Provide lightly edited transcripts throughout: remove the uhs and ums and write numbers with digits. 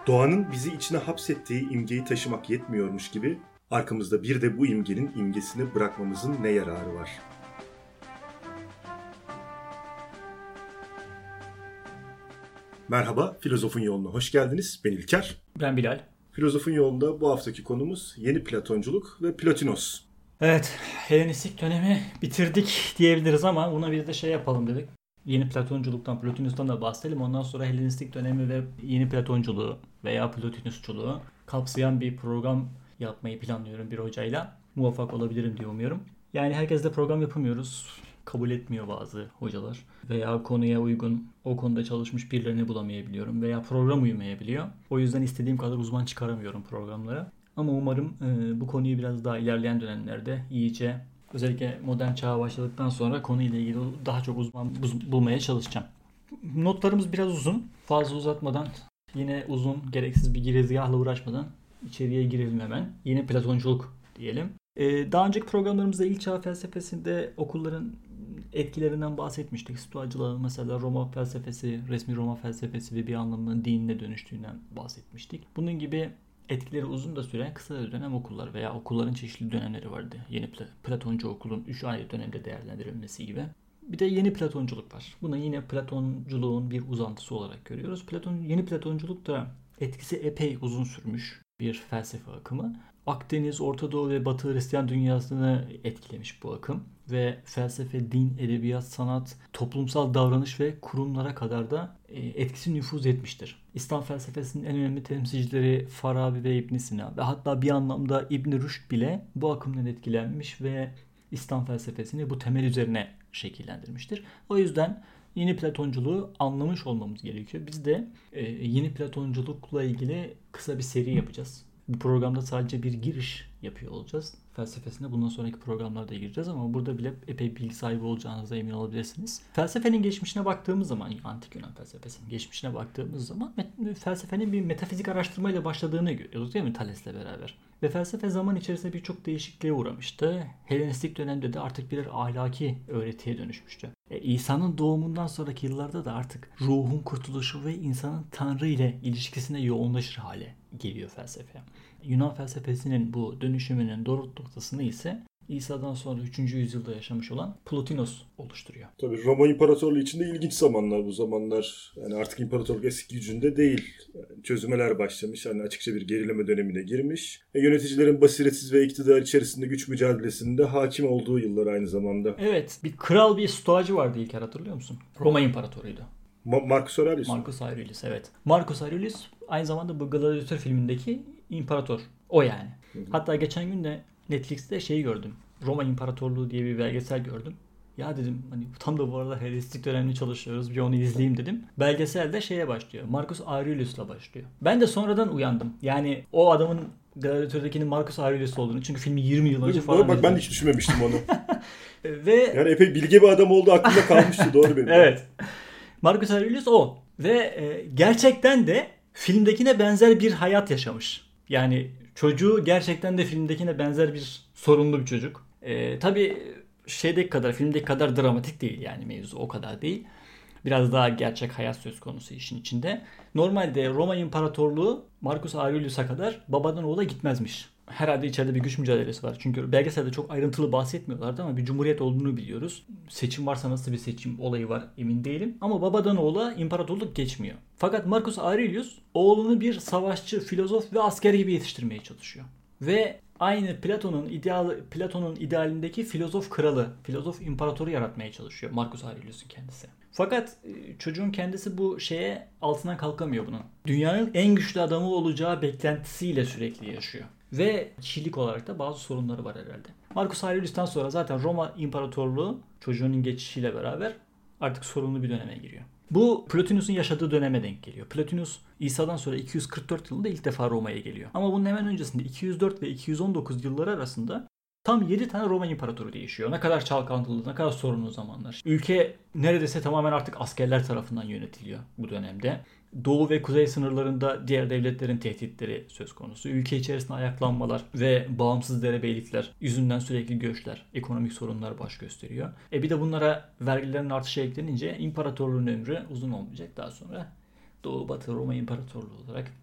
Doğanın bizi içine hapsettiği imgeyi taşımak yetmiyormuş gibi arkamızda bir de bu imgenin imgesini bırakmamızın ne yararı var? Merhaba, Filozofun Yoluna hoş geldiniz. Ben İlker. Ben Bilal. Filozofun Yolunda bu haftaki konumuz yeni Platonculuk ve Plotinos. Evet, Helenistik dönemi bitirdik diyebiliriz ama buna bir de şey yapalım dedik. Yeni Platonculuktan, Plotinus'tan da bahsedelim. Ondan sonra Helenistik dönemi ve yeni Platonculuğu veya Plotinusçuluğu kapsayan bir program yapmayı planlıyorum bir hocayla. Muvaffak olabilirim diye umuyorum. Yani herkesle program yapamıyoruz. Kabul etmiyor bazı hocalar. Veya konuya uygun o konuda çalışmış birilerini bulamayabiliyorum. Veya program uymayabiliyor. O yüzden istediğim kadar uzman çıkaramıyorum programlara. Ama umarım bu konuyu biraz daha ilerleyen dönemlerde iyice, özellikle modern çağa başladıktan sonra konuyla ilgili daha çok uzman bulmaya çalışacağım. Notlarımız biraz uzun. Fazla uzatmadan, yine uzun, gereksiz bir girizgahla uğraşmadan içeriye girelim hemen. Yeni Platonculuk diyelim. Daha önceki programlarımızda ilk çağ felsefesinde okulların etkilerinden bahsetmiştik. Stoacılığı mesela Roma felsefesi, resmi Roma felsefesi ve bir anlamda dinine dönüştüğünden bahsetmiştik. Bunun gibi etkileri uzun da süren kısa da dönem okullar veya okulların çeşitli dönemleri vardı. Yeni Platoncu okulun 3 ayrı dönemde değerlendirilmesi gibi. Bir de yeni Platonculuk var. Bunu yine Platonculuğun bir uzantısı olarak görüyoruz. Yeni Platonculuk da etkisi epey uzun sürmüş bir felsefe akımı. Akdeniz, Orta Doğu ve Batı Hristiyan dünyasını etkilemiş bu akım. Ve felsefe, din, edebiyat, sanat, toplumsal davranış ve kurumlara kadar da etkisi nüfuz etmiştir. İslam felsefesinin en önemli temsilcileri Farabi ve İbn Sina ve hatta bir anlamda İbn Rüşd bile bu akımdan etkilenmiş ve İslam felsefesini bu temel üzerine şekillendirmiştir. O yüzden yeni Platonculuğu anlamış olmamız gerekiyor. Biz de yeni Platonculukla ilgili kısa bir seri yapacağız. Bu programda sadece bir giriş yapıyor olacağız. Felsefesine bundan sonraki programlarda gireceğiz ama burada bile epey bilgi sahibi olacağınıza emin olabilirsiniz. Felsefenin geçmişine baktığımız zaman, Antik Yunan felsefesinin geçmişine baktığımız zaman felsefenin bir metafizik araştırmayla başladığını görüyoruz değil mi Thales'le beraber? Ve felsefe zaman içerisinde birçok değişikliğe uğramıştı. Helenistik dönemde de artık birer ahlaki öğretiye dönüşmüştü. İsa'nın doğumundan sonraki yıllarda da artık ruhun kurtuluşu ve insanın Tanrı ile ilişkisine yoğunlaşır hale geliyor felsefe. Yunan felsefesinin bu dönüşümünün doruk noktasını ise İsa'dan sonra 3. yüzyılda yaşamış olan Plotinos oluşturuyor. Tabii Roma İmparatorluğu için de ilginç zamanlar bu zamanlar. Yani artık imparatorluk eski gücünde değil. Yani çözümeler başlamış. Yani açıkça bir gerileme dönemine girmiş. Yöneticilerin basiretsiz ve iktidar içerisinde güç mücadelesinde hakim olduğu yıllar aynı zamanda. Evet. Bir kral, bir stoacı vardı İlker, hatırlıyor musun? Roma İmparatoruydu. Marcus Aurelius. Marcus Aurelius, evet. Marcus Aurelius aynı zamanda bu Gladiator filmindeki imparator. O yani. Hı-hı. Hatta geçen gün de Netflix'te şeyi gördüm. Roma İmparatorluğu diye bir belgesel gördüm. Ya dedim hani tam da bu arada Helenistik dönemini çalışıyoruz. Bir onu izleyeyim dedim. Belgesel de şeye başlıyor. Marcus Aurelius'la başlıyor. Ben de sonradan uyandım. Yani o adamın Gladiator'dakinin Marcus Aurelius olduğunu. Çünkü filmi 20 yıl önce falan. Bak ben de hiç düşünmemiştim onu. Ve yani epey bilge bir adam olduğu aklımda kalmıştı. Doğru benim. Evet. Marcus Aurelius o. Ve gerçekten de filmdekine benzer bir hayat yaşamış. Yani çocuğu gerçekten de filmdekine benzer bir sorunlu bir çocuk. Tabii filmdeki kadar dramatik değil yani mevzu o kadar değil. Biraz daha gerçek hayat söz konusu işin içinde. Normalde Roma İmparatorluğu Marcus Aurelius'a kadar babadan oğula gitmezmiş. Herhalde içeride bir güç mücadelesi var. Çünkü belgeselde çok ayrıntılı bahsetmiyorlardı ama bir cumhuriyet olduğunu biliyoruz. Seçim varsa nasıl bir seçim olayı var emin değilim. Ama babadan oğula imparatorluk geçmiyor. Fakat Marcus Aurelius oğlunu bir savaşçı, filozof ve asker gibi yetiştirmeye çalışıyor. Ve aynı Platon'un idealindeki filozof kralı, filozof imparatoru yaratmaya çalışıyor Marcus Aurelius'un kendisi. Fakat çocuğun kendisi bu şeye altından kalkamıyor bunun. Dünyanın en güçlü adamı olacağı beklentisiyle sürekli yaşıyor. Ve kişilik olarak da bazı sorunları var herhalde. Marcus Aurelius'tan sonra zaten Roma İmparatorluğu çocuğunun geçişiyle beraber artık sorunlu bir döneme giriyor. Bu Plotinus'un yaşadığı döneme denk geliyor. Plotinus İsa'dan sonra 244 yılında ilk defa Roma'ya geliyor. Ama bunun hemen öncesinde 204 ve 219 yılları arasında tam 7 tane Roma İmparatoru değişiyor. Ne kadar çalkantılı, ne kadar sorunlu zamanlar. Ülke neredeyse tamamen artık askerler tarafından yönetiliyor bu dönemde. Doğu ve kuzey sınırlarında diğer devletlerin tehditleri söz konusu. Ülke içerisinde ayaklanmalar ve bağımsız derebeylikler yüzünden sürekli göçler, ekonomik sorunlar baş gösteriyor. Bir de bunlara vergilerin artışı eklenince imparatorluğun ömrü uzun olmayacak. Daha sonra Doğu Batı Roma İmparatorluğu olarak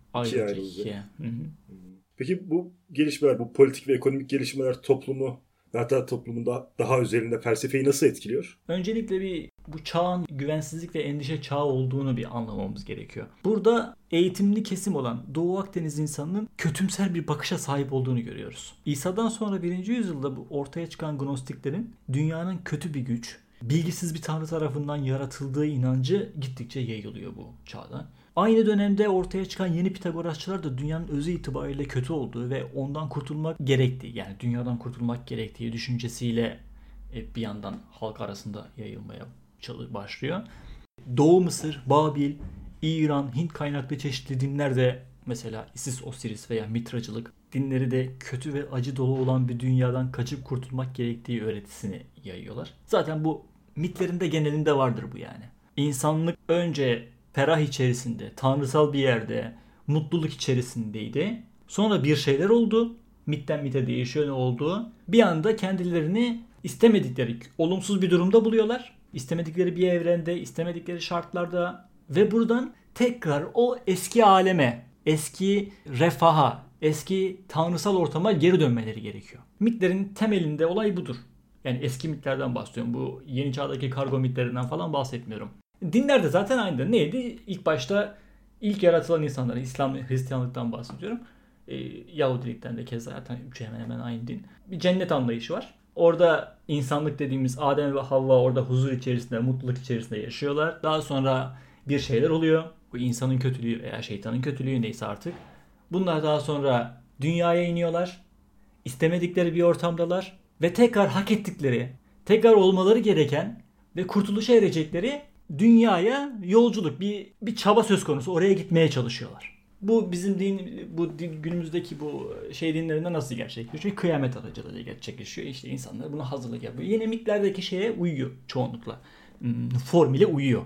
İkiye Ayrılacak ayrılacak. ikiye. Hı hı. Peki bu gelişmeler, bu politik ve ekonomik gelişmeler toplumu, hatta toplumun daha üzerinde felsefeyi nasıl etkiliyor? Öncelikle bu çağın güvensizlik ve endişe çağı olduğunu bir anlamamız gerekiyor. Burada eğitimli kesim olan Doğu Akdeniz insanının kötümser bir bakışa sahip olduğunu görüyoruz. İsa'dan sonra 1. yüzyılda bu ortaya çıkan gnostiklerin dünyanın kötü bir güç, bilgisiz bir tanrı tarafından yaratıldığı inancı gittikçe yayılıyor bu çağda. Aynı dönemde ortaya çıkan yeni Pitagorasçılar da dünyanın özü itibariyle kötü olduğu ve ondan kurtulmak gerektiği, yani dünyadan kurtulmak gerektiği düşüncesiyle bir yandan halk arasında yayılmaya başlıyor. Doğu Mısır, Babil, İran, Hint kaynaklı çeşitli dinler de mesela Isis, Osiris veya Mitracılık dinleri de kötü ve acı dolu olan bir dünyadan kaçıp kurtulmak gerektiği öğretisini yayıyorlar. Zaten bu mitlerinde genelinde vardır bu yani. İnsanlık önce ferah içerisinde, tanrısal bir yerde, mutluluk içerisindeydi. Sonra bir şeyler oldu. Mitten mite değişiyor ne olduğu. Bir anda kendilerini istemedikleri, olumsuz bir durumda buluyorlar. İstemedikleri bir evrende, istemedikleri şartlarda ve buradan tekrar o eski aleme, eski refaha, eski tanrısal ortama geri dönmeleri gerekiyor. Mitlerin temelinde olay budur. Yani eski mitlerden bahsediyorum. Bu yeni çağdaki kargo mitlerinden falan bahsetmiyorum. Dinler de zaten aynı. Neydi? İlk başta ilk yaratılan insanların, İslam, Hristiyanlıktan bahsediyorum. Yahudilikten de keza zaten üçü hemen hemen aynı din. Bir cennet anlayışı var. Orada insanlık dediğimiz Adem ve Havva orada huzur içerisinde, mutluluk içerisinde yaşıyorlar. Daha sonra bir şeyler oluyor. Bu insanın kötülüğü veya şeytanın kötülüğü neyse artık. Bunlar daha sonra dünyaya iniyorlar. İstemedikleri bir ortamdalar. Ve tekrar hak ettikleri, tekrar olmaları gereken ve kurtuluşa erecekleri dünyaya yolculuk, bir çaba söz konusu. Oraya gitmeye çalışıyorlar. Bu bizim günümüzdeki bu dinlerinde nasıl gerçekleşiyor? Çünkü kıyamet aracılığıyla gerçekleşiyor. İşte insanlar buna hazırlık yapıyor. Yeni mitlerdeki şeye uyuyor çoğunlukla. Formüle uyuyor.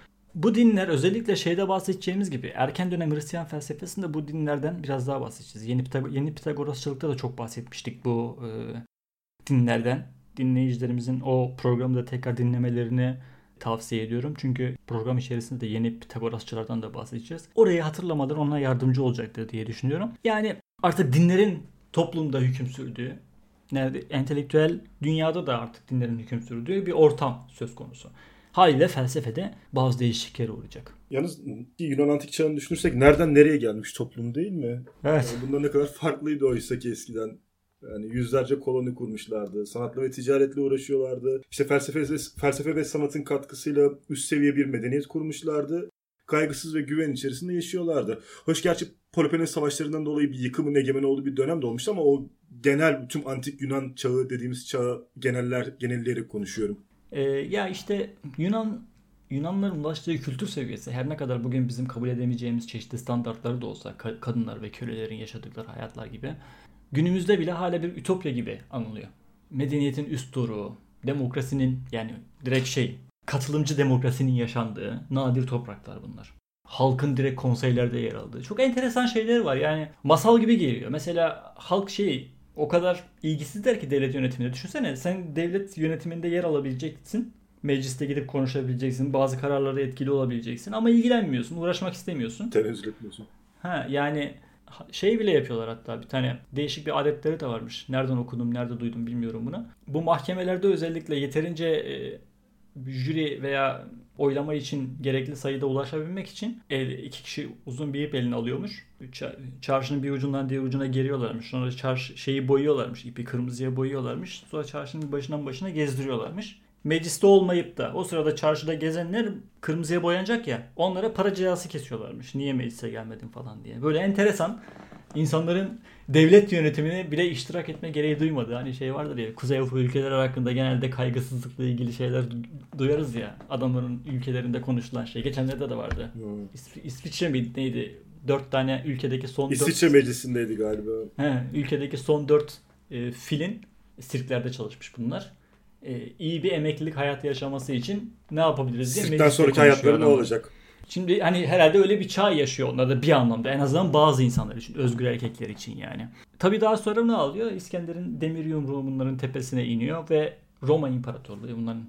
Bu dinler özellikle bahsedeceğimiz gibi erken dönem Hristiyan felsefesinde bu dinlerden biraz daha bahsedeceğiz. Yeni Pitagorasçılıkta da çok bahsetmiştik bu dinlerden. Dinleyicilerimizin o programı da tekrar dinlemelerini tavsiye ediyorum. Çünkü program içerisinde de yeni Pitagorasçılardan da bahsedeceğiz. Orayı hatırlamadan ona yardımcı olacaktır diye düşünüyorum. Yani artık dinlerin toplumda hüküm sürdüğü, entelektüel dünyada da artık dinlerin hüküm sürdüğü bir ortam söz konusu. Haliyle felsefede bazı değişikliklere uğrayacak. Yalnız Yunan antik çağını düşünürsek nereden nereye gelmiş toplum değil mi? Evet. Yani bundan ne kadar farklıydı oysa ki eskiden. Yani yüzlerce koloni kurmuşlardı. Sanatla ve ticaretle uğraşıyorlardı. İşte felsefe ve sanatın katkısıyla üst seviye bir medeniyet kurmuşlardı. Kaygısız ve güven içerisinde yaşıyorlardı. Hoş gerçi Peloponnes savaşlarından dolayı bir yıkımın egemen olduğu bir dönem de olmuştu ama o genel tüm antik Yunan çağı dediğimiz çağı genelleyerek konuşuyorum. Ya işte Yunanların ulaştığı kültür seviyesi her ne kadar bugün bizim kabul edemeyeceğimiz çeşitli standartları da olsa kadınlar ve kölelerin yaşadıkları hayatlar gibi günümüzde bile hala bir ütopya gibi anılıyor. Medeniyetin üst doğru, demokrasinin yani direkt katılımcı demokrasinin yaşandığı nadir topraklar bunlar. Halkın direkt konseylerde yer aldığı. Çok enteresan şeyler var yani masal gibi geliyor. Mesela halk o kadar ilgisizler ki devlet yönetiminde. Düşünsene sen devlet yönetiminde yer alabileceksin. Mecliste gidip konuşabileceksin. Bazı kararlara etkili olabileceksin. Ama ilgilenmiyorsun. Uğraşmak istemiyorsun. Tenezzül etmiyorsun. Yani bile yapıyorlar hatta. Bir tane değişik bir adetleri de varmış. Nereden okudum, nerede duydum bilmiyorum bunu. Bu mahkemelerde özellikle yeterince jüri veya oylama için gerekli sayıda ulaşabilmek için iki kişi uzun bir ip eline alıyormuş. Çarşının bir ucundan diğer ucuna geriyorlarmış. Sonra boyuyorlarmış. İpi kırmızıya boyuyorlarmış. Sonra çarşının başından başına gezdiriyorlarmış. Mecliste olmayıp da o sırada çarşıda gezenler kırmızıya boyanacak ya, onlara para cezası kesiyorlarmış. Niye meclise gelmedin falan diye. Böyle enteresan, insanların devlet yönetimine bile iştirak etme gereği duymadığı hani vardır ya, Kuzey Avrupa ülkeleri hakkında genelde kaygısızlıkla ilgili şeyler duyarız ya, adamların ülkelerinde konuşulan geçenlerde de vardı. İsviçre miydi neydi? 4 tane ülkedeki son 4... İsviçre meclisindeydi galiba. Ülkedeki son 4 filin sirklerde çalışmış bunlar. İyi bir emeklilik hayatı yaşaması için ne yapabiliriz diye. Sirkten sonraki hayatları ne olacak? Şimdi herhalde öyle bir çağ yaşıyor onlar da bir anlamda. En azından bazı insanlar için, özgür erkekler için yani. Tabii daha sonra ne alıyor? İskender'in demir yumruğu bunların tepesine iniyor ve Roma İmparatorluğu, bunların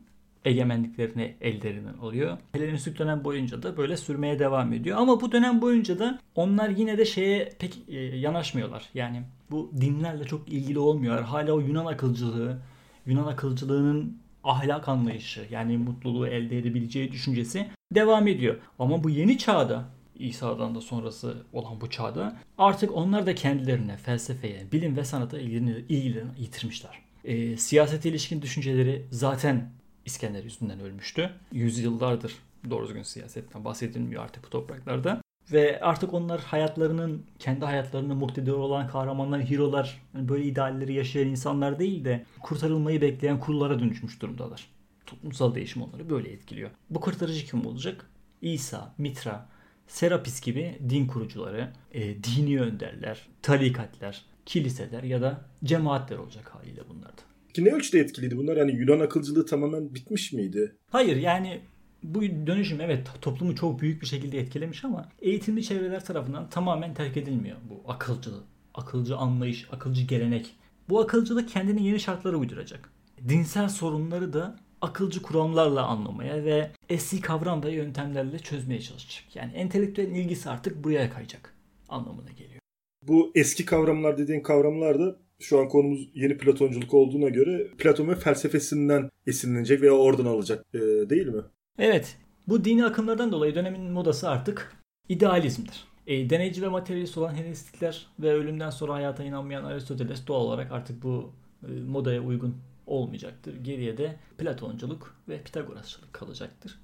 egemenliklerini ellerinden alıyor. Helenistik dönem boyunca da böyle sürmeye devam ediyor. Ama bu dönem boyunca da onlar yine de şeye pek yanaşmıyorlar. Yani bu dinlerle çok ilgili olmuyor. Hala o Yunan akılcılığının ahlak anlayışı, yani mutluluğu elde edebileceği düşüncesi devam ediyor. Ama bu yeni çağda, İsa'dan da sonrası olan bu çağda artık onlar da kendilerine, felsefeye, bilim ve sanata ilgilerini yitirmişler. Siyasete ilişkin düşünceleri zaten İskender yüzünden ölmüştü. Yüzyıllardır doğru düzgün siyasetten bahsedilmiyor artık bu topraklarda. Ve artık onlar kendi hayatlarını muktedir olan kahramanlar, hero'lar, yani böyle idealleri yaşayan insanlar değil de kurtarılmayı bekleyen kullara dönüşmüş durumdalar. Toplumsal değişim onları böyle etkiliyor. Bu kurtarıcı kim olacak? İsa, Mitra, Serapis gibi din kurucuları, dini önderler, tarikatlar, kiliseler ya da cemaatler olacak haliyle bunlar da. Ki ne ölçüde etkiliydi bunlar? Yani Yunan akılcılığı tamamen bitmiş miydi? Hayır, yani bu dönüşüm evet toplumu çok büyük bir şekilde etkilemiş ama eğitimli çevreler tarafından tamamen terk edilmiyor bu akılcı anlayış, akılcı gelenek. Bu akılcılık kendine yeni şartlara uyduracak. Dinsel sorunları da akılcı kuramlarla anlamaya ve eski kavram ve yöntemlerle çözmeye çalışacak. Yani entelektüel ilgisi artık buraya kayacak anlamına geliyor. Bu eski kavramlar dediğin kavramlar da şu an konumuz yeni Platonculuk olduğuna göre Platon ve felsefesinden esinlenecek veya oradan alacak değil mi? Evet. Bu dini akımlardan dolayı dönemin modası artık idealizmdir. Deneyci ve materyalist olan Helenistikler ve ölümden sonra hayata inanmayan Aristoteles doğal olarak artık bu modaya uygun olmayacaktır. Geriye de Platonculuk ve Pitagorasçılık kalacaktır.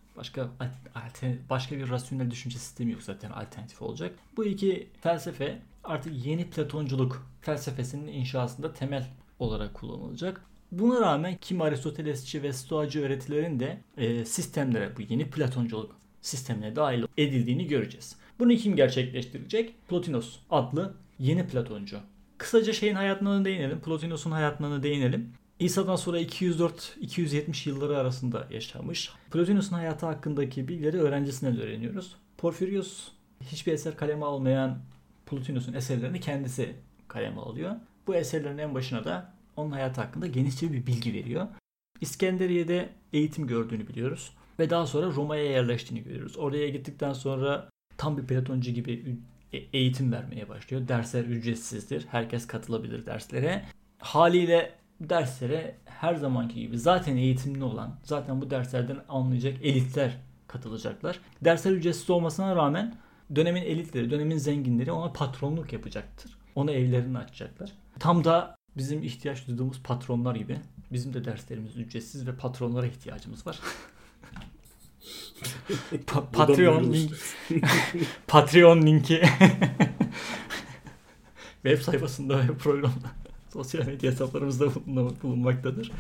Başka bir rasyonel düşünce sistemi yok zaten, alternatif olacak. Bu iki felsefe artık yeni Platonculuk felsefesinin inşasında temel olarak kullanılacak. Buna rağmen kimi Aristotelesçi ve Stoacı öğretilerin de sistemlere, bu yeni Platonculuk sistemine dahil edildiğini göreceğiz. Bunu kim gerçekleştirecek? Plotinos adlı yeni Platoncu. Kısaca hayatına değinelim. Plotinos'un hayatına değinelim. İsa'dan sonra 204-270 yılları arasında yaşamış. Plotinos'un hayatı hakkındaki bilgileri öğrencisinden öğreniyoruz. Porfirios hiçbir eser kaleme almayan Plotinos'un eserlerini kendisi kaleme alıyor. Bu eserlerin en başına da onun hayatı hakkında genişçe bir bilgi veriyor. İskenderiye'de eğitim gördüğünü biliyoruz. Ve daha sonra Roma'ya yerleştiğini görüyoruz. Oraya gittikten sonra tam bir Platoncu gibi eğitim vermeye başlıyor. Dersler ücretsizdir. Herkes katılabilir derslere. Haliyle derslere her zamanki gibi zaten eğitimli olan, zaten bu derslerden anlayacak elitler katılacaklar. Dersler ücretsiz olmasına rağmen dönemin elitleri, dönemin zenginleri ona patronluk yapacaktır. Ona evlerini açacaklar. Tam da bizim ihtiyaç duyduğumuz patronlar gibi bizim de derslerimiz ücretsiz ve patronlara ihtiyacımız var. Patreon linki web sayfasında ve programda, sosyal medya hesaplarımızda bulunmaktadır.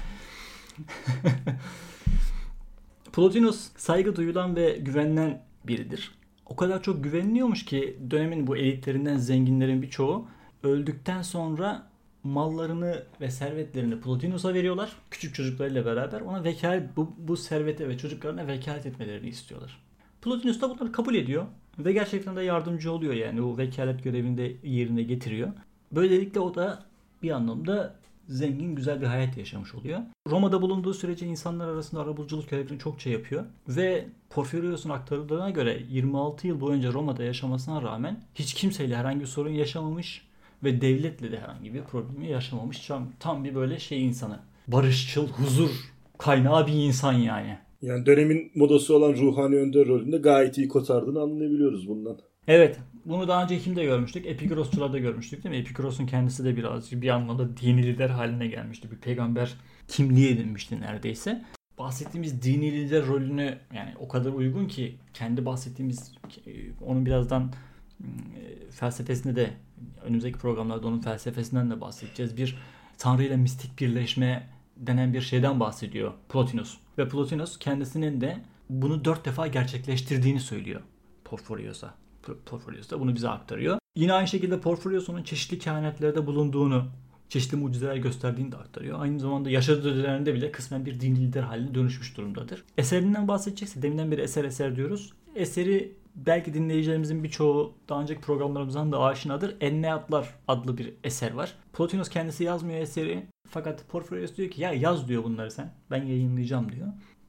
Plotinos saygı duyulan ve güvenilen biridir. O kadar çok güveniliyormuş ki dönemin bu elitlerinden zenginlerin birçoğu öldükten sonra mallarını ve servetlerini Plotinos'a veriyorlar. Küçük çocuklarıyla beraber ona bu servete ve çocuklarına vekalet etmelerini istiyorlar. Plotinos da bunları kabul ediyor ve gerçekten de yardımcı oluyor, yani o vekalet görevini de yerine getiriyor. Böylelikle o da bir anlamda zengin, güzel bir hayat yaşamış oluyor. Roma'da bulunduğu sürece insanlar arasında arabuluculuk görevini çokça yapıyor ve Porfirios'un aktardığına göre 26 yıl boyunca Roma'da yaşamasına rağmen hiç kimseyle herhangi bir sorun yaşamamış ve devletle de herhangi bir problemi yaşamamış. Tam bir böyle insanı. Barışçıl, huzur kaynağı bir insan yani. Yani dönemin modası olan ruhani önder rolünde gayet iyi kotardığını anlayabiliyoruz bundan. Evet. Bunu daha önce kimde görmüştük? Epikurosçularda görmüştük değil mi? Epikuros'un kendisi de birazcık bir anlamda dini lider haline gelmişti. Bir peygamber kimliği edinmişti neredeyse. Bahsettiğimiz dini lider rolünü yani o kadar uygun ki kendi bahsettiğimiz, onun birazdan felsefesinde de önümüzdeki programlarda onun felsefesinden de bahsedeceğiz. Bir Tanrı ile mistik birleşme denen bir şeyden bahsediyor Plotinos. Ve Plotinos kendisinin de bunu 4 defa gerçekleştirdiğini söylüyor Porfirios'a. Porfirios da bunu bize aktarıyor. Yine aynı şekilde Porfirios onun çeşitli kehanetlerde bulunduğunu, çeşitli mucizeler gösterdiğini de aktarıyor. Aynı zamanda yaşadığı dönemde bile kısmen bir dini lider haline dönüşmüş durumdadır. Eserinden bahsedecekse, deminden beri eser diyoruz. Eseri belki dinleyicilerimizin birçoğu daha önceki programlarımızdan da aşinadır. Enneatlar adlı bir eser var. Plotinos kendisi yazmıyor eseri. Fakat Porfirios diyor ki ya yaz diyor bunları sen. Ben yayınlayacağım diyor.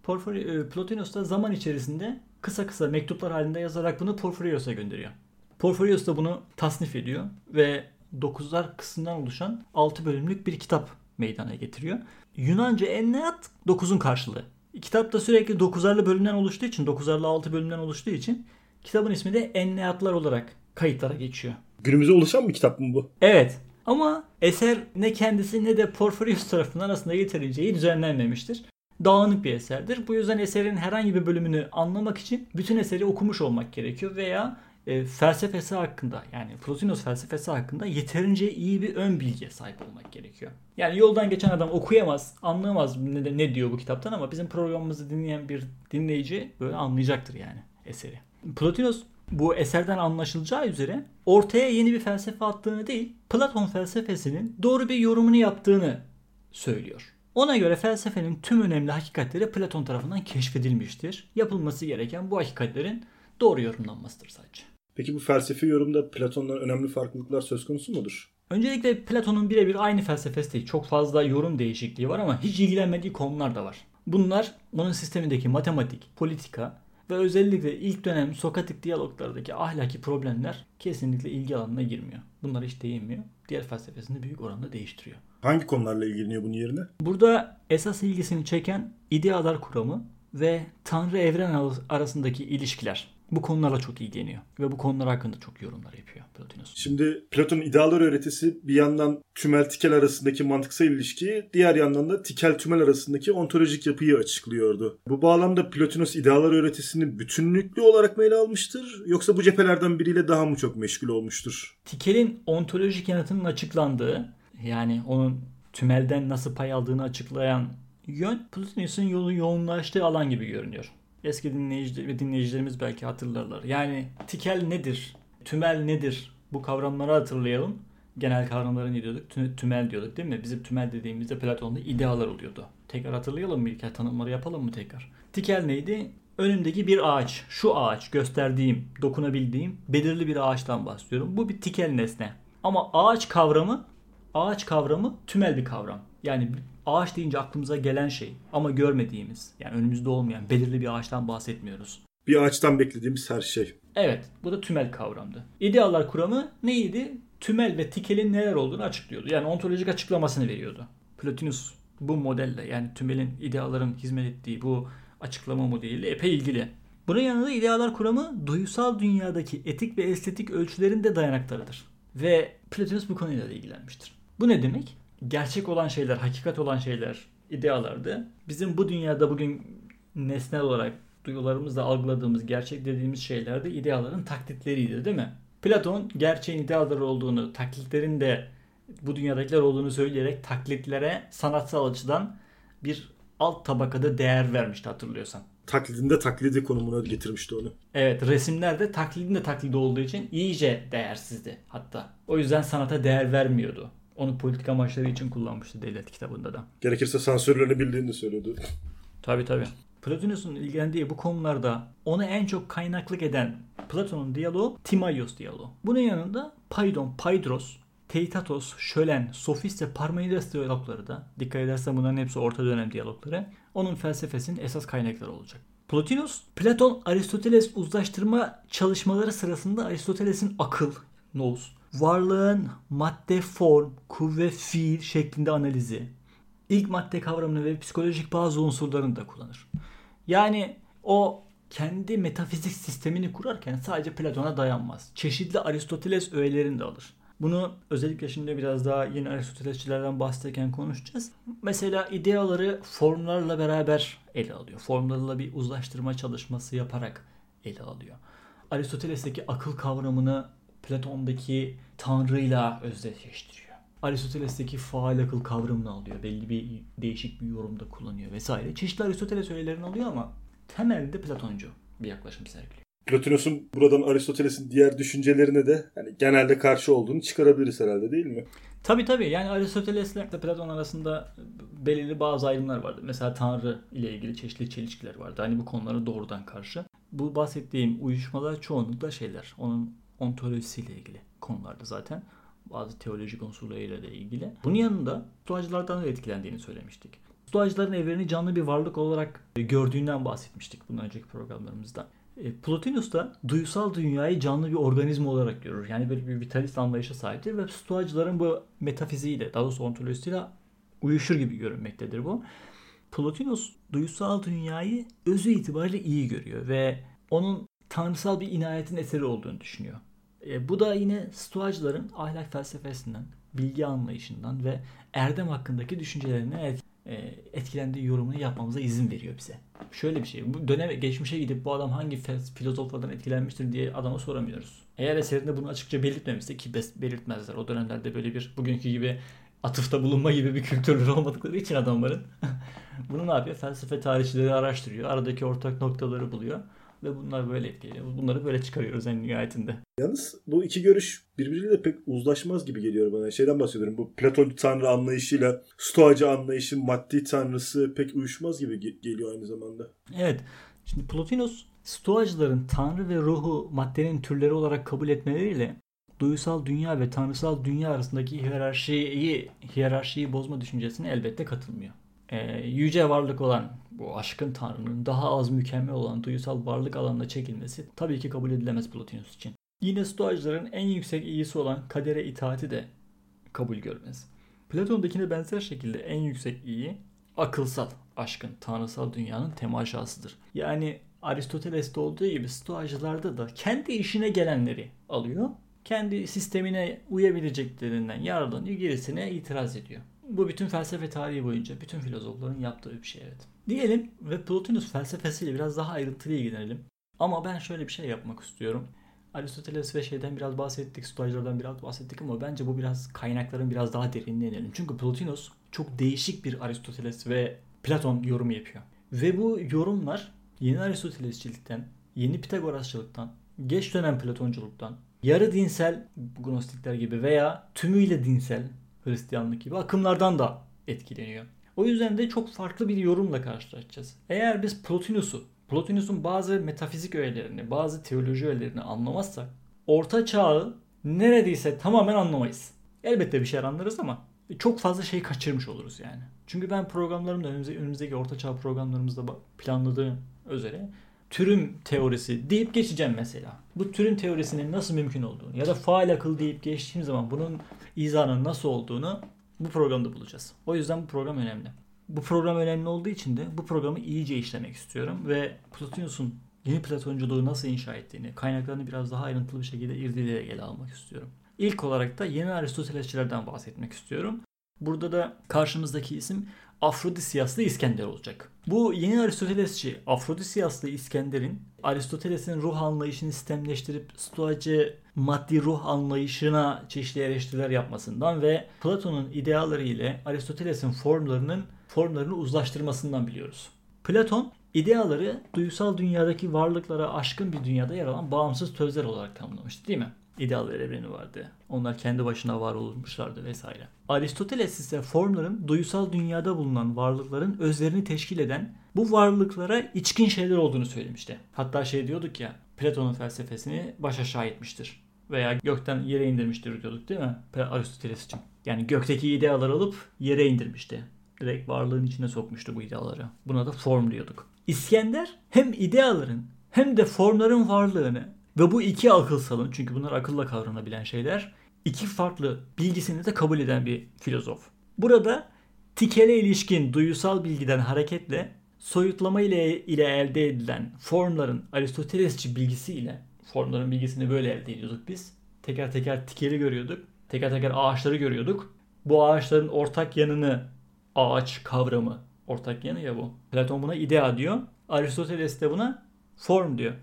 Plotinus da zaman içerisinde kısa kısa mektuplar halinde yazarak bunu Porfirios'a gönderiyor. Porfirios da bunu tasnif ediyor ve 9'lar kısımdan oluşan 6 bölümlük bir kitap meydana getiriyor. Yunanca Ennead 9'un karşılığı. Kitap da sürekli 9'arlı bölümden oluştuğu için, 9'arlı 6 bölümden oluştuğu için kitabın ismi de Enneadlar olarak kayıtlara geçiyor. Günümüze ulaşan bir kitap mı bu? Evet. Ama eser ne kendisi ne de Porfirios tarafından aslında yeterince iyi düzenlenmemiştir. Dağınık bir eserdir. Bu yüzden eserin herhangi bir bölümünü anlamak için bütün eseri okumuş olmak gerekiyor veya felsefesi hakkında, yani Plotinus felsefesi hakkında yeterince iyi bir ön bilgiye sahip olmak gerekiyor. Yani yoldan geçen adam okuyamaz, anlayamaz ne diyor bu kitaptan ama bizim programımızı dinleyen bir dinleyici böyle anlayacaktır yani eseri. Plotinus bu eserden anlaşılacağı üzere ortaya yeni bir felsefe attığını değil, Platon felsefesinin doğru bir yorumunu yaptığını söylüyor. Ona göre felsefenin tüm önemli hakikatleri Platon tarafından keşfedilmiştir. Yapılması gereken bu hakikatlerin doğru yorumlanmasıdır sadece. Peki bu felsefi yorumda Platon'dan önemli farklılıklar söz konusu mudur? Öncelikle Platon'un birebir aynı felsefesi değil. Çok fazla yorum değişikliği var ama hiç ilgilenmediği konular da var. Bunlar onun sistemindeki matematik, politika ve özellikle ilk dönem Sokratik diyaloglardaki ahlaki problemler kesinlikle ilgi alanına girmiyor. Bunlara hiç değinmiyor. Diğer felsefesini büyük oranda değiştiriyor. Hangi konularla ilgileniyor bunun yerine? Burada esas ilgisini çeken idealar kuramı ve Tanrı evren arasındaki ilişkiler. Bu konularla çok ilgileniyor ve bu konular hakkında çok yorumlar yapıyor Plotinus. Şimdi Platon'un idealar öğretisi bir yandan tümel tikel arasındaki mantıksal ilişkiyi, diğer yandan da tikel tümel arasındaki ontolojik yapıyı açıklıyordu. Bu bağlamda Plotinus idealar öğretisini bütünlüklü olarak mı ele almıştır, yoksa bu cephelerden biriyle daha mı çok meşgul olmuştur? Tikel'in ontolojik yanıtının açıklandığı, yani onun tümelden nasıl pay aldığını açıklayan yön Plotinus'un yoğunlaştığı alan gibi görünüyor. Eski dinleyicilerimiz belki hatırlarlar. Yani tikel nedir? Tümel nedir? Bu kavramları hatırlayalım. Genel kavramları ne diyorduk? Tümel diyorduk değil mi? Bizim tümel dediğimizde Platon'da idealar oluyordu. Tekrar hatırlayalım mı? İlk tanımları yapalım mı tekrar? Tikel neydi? Önümdeki bir ağaç. Şu ağaç gösterdiğim, dokunabildiğim belirli bir ağaçtan bahsediyorum. Bu bir tikel nesne. Ama ağaç kavramı tümel bir kavram. Yani ağaç deyince aklımıza gelen şey ama görmediğimiz, yani önümüzde olmayan belirli bir ağaçtan bahsetmiyoruz. Bir ağaçtan beklediğimiz her şey. Evet, bu da tümel kavramdı. İdealar kuramı neydi? Tümel ve tikelin neler olduğunu açıklıyordu. Yani ontolojik açıklamasını veriyordu. Plotinus bu modelle, yani tümelin ideaların hizmet ettiği bu açıklama modeliyle epey ilgili. Bunun yanında idealar kuramı duysal dünyadaki etik ve estetik ölçülerin de dayanaklarıdır. Ve Plotinus bu konuyla da ilgilenmiştir. Bu ne demek? Gerçek olan şeyler, hakikat olan şeyler idealardı. Bizim bu dünyada bugün nesnel olarak duyularımızla algıladığımız, gerçek dediğimiz şeyler de ideaların taklitleriydi, değil mi? Platon gerçeğin ideaları olduğunu, taklitlerin de bu dünyadakiler olduğunu söyleyerek taklitlere sanatsal açıdan bir alt tabakada değer vermişti, hatırlıyorsan. Taklidinde taklidi konumuna getirmişti onu. Evet, resimler de taklidin de taklidi olduğu için iyice değersizdi hatta. O yüzden sanata değer vermiyordu. Onu politik amaçları için kullanmıştı devlet kitabında da. Gerekirse sansürlerini bildiğini söylüyordu. Tabii. Plotinus'un ilgilendiği bu konularda onu en çok kaynaklık eden Platon'un diyaloğu Timaios diyaloğu. Bunun yanında Paidon, Paidros, Theaetetos, Şölen, Sofist ve Parmenides diyalogları da, dikkat edersen bunların hepsi orta dönem diyalogları, onun felsefesinin esas kaynakları olacak. Plotinus, Platon Aristoteles uzlaştırma çalışmaları sırasında Aristoteles'in akıl, nous, varlığın madde, form, kuvve, fiil şeklinde analizi, ilk madde kavramını ve psikolojik bazı unsurlarını da kullanır. Yani o kendi metafizik sistemini kurarken sadece Platon'a dayanmaz. Çeşitli Aristoteles öğelerini de alır. Bunu özellikle şimdi biraz daha yeni Aristotelesçilerden bahsederken konuşacağız. Mesela ideaları formlarla beraber ele alıyor. Formlarla bir uzlaştırma çalışması yaparak ele alıyor. Aristoteles'teki akıl kavramını Platon'daki Tanrı'yla özdeşleştiriyor. Aristoteles'teki faal akıl kavramını alıyor. Belli bir değişik bir yorumda kullanıyor vesaire. Çeşitli Aristoteles öğelerini alıyor ama temelde Platoncu bir yaklaşım sergiliyor. Plotinus'un buradan Aristoteles'in diğer düşüncelerine de yani genelde karşı olduğunu çıkarabiliriz herhalde, değil mi? Tabii. Yani Aristoteles'le Platon arasında belirli bazı ayrımlar vardı. Mesela Tanrı ile ilgili çeşitli çelişkiler vardı. Hani bu konulara doğrudan karşı. Bu bahsettiğim uyuşmalar çoğunlukla şeyler. Onun ontolojisiyle ilgili konulardı zaten. Bazı teolojik unsurlarıyla da ilgili. Bunun yanında Stoacılardan da etkilendiğini söylemiştik. Stoacıların evreni canlı bir varlık olarak gördüğünden bahsetmiştik bundan önceki programlarımızda. Plotinus da duysal dünyayı canlı bir organizma olarak görür. Yani böyle bir vitalist anlayışa sahiptir ve Stoacıların bu metafiziğiyle, daha doğrusu ontolojisiyle uyuşur gibi görünmektedir bu. Plotinus duysal dünyayı özü itibariyle iyi görüyor ve onun tanrısal bir inayetin eseri olduğunu düşünüyor. Bu da yine Stoacıların ahlak felsefesinden, bilgi anlayışından ve erdem hakkındaki düşüncelerinden etkilendiği yorumunu yapmamıza izin veriyor bize. Şöyle bir şey, bu dönem geçmişe gidip bu adam hangi filozoflardan etkilenmiştir diye adama soramıyoruz. Eğer eserinde bunu açıkça belirtmemişse, ki belirtmezler, o dönemlerde böyle bir bugünkü gibi atıfta bulunma gibi bir kültürleri olmadıkları için adamların bunu ne yapıyor? Felsefe tarihçileri araştırıyor, aradaki ortak noktaları buluyor ve bunlar böyle etkiliyor. Bunları böyle çıkarıyoruz en nihayetinde. Yalnız bu iki görüş birbiriyle pek uzlaşmaz gibi geliyor bana. Şeyden bahsediyorum. Bu Platon tanrı anlayışıyla Stoacı anlayışın maddi tanrısı pek uyuşmaz gibi geliyor aynı zamanda. Evet. Şimdi Plotinus Stoacıların tanrı ve ruhu maddenin türleri olarak kabul etmeleriyle duysal dünya ve tanrısal dünya arasındaki hiyerarşiyi bozma düşüncesine elbette katılmıyor. Yüce varlık olan bu aşkın tanrının daha az mükemmel olan duysal varlık alanına çekilmesi tabii ki kabul edilemez Plotinus için. Yine Stoacıların en yüksek iyisi olan kadere itaati de kabul görmez. Platon'dakine benzer şekilde en yüksek iyi akılsal aşkın tanrısal dünyanın temaşasıdır. Yani Aristoteles'te olduğu gibi Stoacılarda da kendi işine gelenleri alıyor, kendi sistemine uyabileceklerinden yararlanıyor, gerisine itiraz ediyor. Bu bütün felsefe tarihi boyunca bütün filozofların yaptığı bir şey, evet. Diyelim ve Plotinus felsefesiyle biraz daha ayrıntılı ilgilenelim. Ama ben şöyle bir şey yapmak istiyorum. Aristoteles ve şeyden biraz bahsettik, Stoacılardan biraz bahsettik ama bence bu biraz kaynakların biraz daha derinine inelim. Çünkü Plotinus çok değişik bir Aristoteles ve Platon yorumu yapıyor. Ve bu yorumlar yeni Aristotelesçilikten, yeni Pitagorasçılıktan, geç dönem Platonculuktan, yarı dinsel Gnostikler gibi veya tümüyle dinsel Hristiyanlık gibi akımlardan da etkileniyor. O yüzden de çok farklı bir yorumla karşılaşacağız. Eğer biz Plotinus'un bazı metafizik öğelerini, bazı teoloji öğelerini anlamazsak Orta Çağ'ı neredeyse tamamen anlamayız. Elbette bir şeyler anlarız ama çok fazla şey kaçırmış oluruz yani. Çünkü ben programlarımda önümüzdeki Orta Çağ programlarımızda planladığım üzere türüm teorisi deyip geçeceğim mesela. Bu türüm teorisinin nasıl mümkün olduğunu ya da faal akıl deyip geçtiğim zaman bunun izahının nasıl olduğunu bu programda bulacağız. O yüzden bu program önemli. Bu program önemli olduğu için de bu programı iyice işlemek istiyorum ve Plotinus'un yeni Platonculuğu nasıl inşa ettiğini, kaynaklarını biraz daha ayrıntılı bir şekilde irdeleyerek ele almak istiyorum. İlk olarak da yeni Aristotelesçilerden bahsetmek istiyorum. Burada da karşımızdaki isim Afrodisiaslı İskender olacak. Bu yeni Aristotelesçi Afrodisiaslı İskender'in Aristoteles'in ruh anlayışını sistemleştirip Stoacı maddi ruh anlayışına çeşitli eleştiriler yapmasından ve Platon'un ideaları ile Aristoteles'in formlarını uzlaştırmasından biliyoruz. Platon ideaları duysal dünyadaki varlıklara aşkın bir dünyada yer alan bağımsız tözler olarak tanımlamıştı, değil mi? İdeal evreni vardı. Onlar kendi başına var olmuşlardı vesaire. Aristoteles ise formların duysal dünyada bulunan varlıkların özlerini teşkil eden bu varlıklara içkin şeyler olduğunu söylemişti. Hatta diyorduk ya, Platon'un felsefesini baş aşağı etmiştir. Veya gökten yere indirmiştir diyorduk, değil mi? Aristoteles için. Yani gökteki ideaları alıp yere indirmişti. Direkt varlığın içine sokmuştu bu ideaları. Buna da form diyorduk. İskender hem ideaların hem de formların varlığını ve bu iki akılsalın, çünkü bunlar akılla kavranabilen şeyler, iki farklı bilgisini de kabul eden bir filozof. Burada tikele ilişkin duysal bilgiden hareketle soyutlama ile elde edilen formların Aristotelesçi bilgisiyle, formların bilgisini böyle elde ediyorduk biz. Teker teker tikeli görüyorduk. Teker teker ağaçları görüyorduk. Bu ağaçların ortak yanını, ağaç kavramı ortak yanı ya bu. Platon buna idea diyor. Aristoteles de buna form diyor.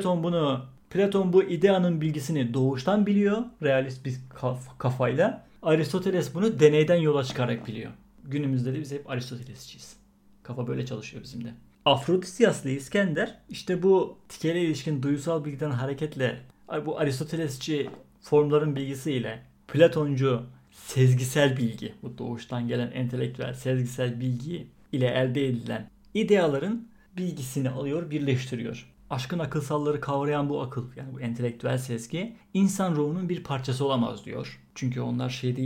Platon bu ideanın bilgisini doğuştan biliyor. Realist bir kafayla. Aristoteles bunu deneyden yola çıkarak biliyor. Günümüzde de biz hep Aristotelesçiyiz. Kafa böyle çalışıyor bizim de. Afrodisiaslı İskender işte bu tikele ilişkin duysal bilgiden hareketle bu Aristotelesçi formların bilgisiyle Platoncu sezgisel bilgi, bu doğuştan gelen entelektüel sezgisel bilgi ile elde edilen ideaların bilgisini alıyor, birleştiriyor. Aşkın akılsalları kavrayan bu akıl, yani bu entelektüel sezgi, insan ruhunun bir parçası olamaz diyor. Çünkü onlar değil,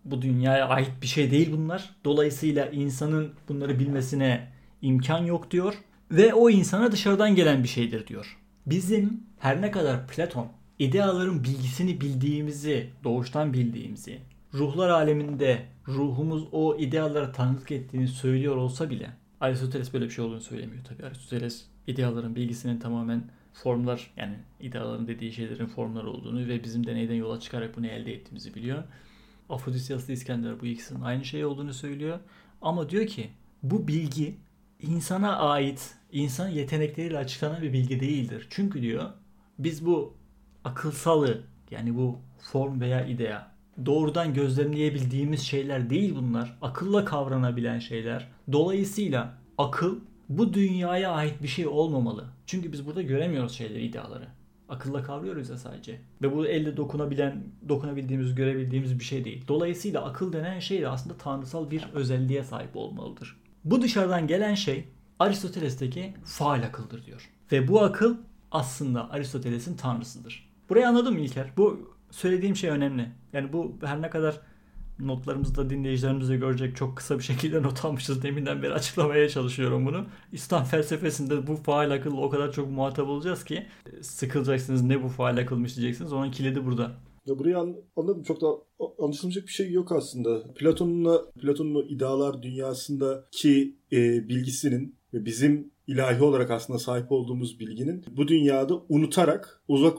Bu dünyaya ait bir şey değil bunlar. Dolayısıyla insanın bunları bilmesine imkan yok diyor. Ve o insana dışarıdan gelen bir şeydir diyor. Bizim her ne kadar Platon ideaların bilgisini bildiğimizi, doğuştan bildiğimizi, ruhlar aleminde ruhumuz o idealara tanıklık ettiğini söylüyor olsa bile Aristoteles böyle bir şey olduğunu söylemiyor tabii. Aristoteles ideaların bilgisinin tamamen formlar, yani ideaların dediği şeylerin formlar olduğunu ve bizim deneyden yola çıkarak bunu elde ettiğimizi biliyor. Afrodisyas'la İskender bu ikisinin aynı şey olduğunu söylüyor. Ama diyor ki bu bilgi insana ait, insan yetenekleriyle açıklanan bir bilgi değildir. Çünkü diyor biz bu akılsalı, yani bu form veya idea doğrudan gözlemleyebildiğimiz şeyler değil bunlar. Akılla kavranabilen şeyler. Dolayısıyla akıl bu dünyaya ait bir şey olmamalı. Çünkü biz burada göremiyoruz şeyleri, ideaları. Akılla kavruyoruz ya sadece. Ve bu elle dokunabildiğimiz, görebildiğimiz bir şey değil. Dolayısıyla akıl denen şey de aslında tanrısal bir özelliğe sahip olmalıdır. Bu dışarıdan gelen şey Aristoteles'teki faal akıldır diyor. Ve bu akıl aslında Aristoteles'in tanrısıdır. Burayı anladın mı İlker? Bu söylediğim şey önemli. Yani bu her ne kadar notlarımızda dinleyicilerimiz de görecek, çok kısa bir şekilde not almışız. Deminden beri açıklamaya çalışıyorum bunu. İslam felsefesinde bu faal akılla o kadar çok muhatap olacağız ki sıkılacaksınız, ne bu faal akılmış diyeceksiniz. Onun kilidi burada. Ya burayı anladım. Çok da anlaşılmayacak bir şey yok aslında. Platon'un o idealar dünyasındaki bilgisinin ve bizim ilahi olarak aslında sahip olduğumuz bilginin bu dünyada unutarak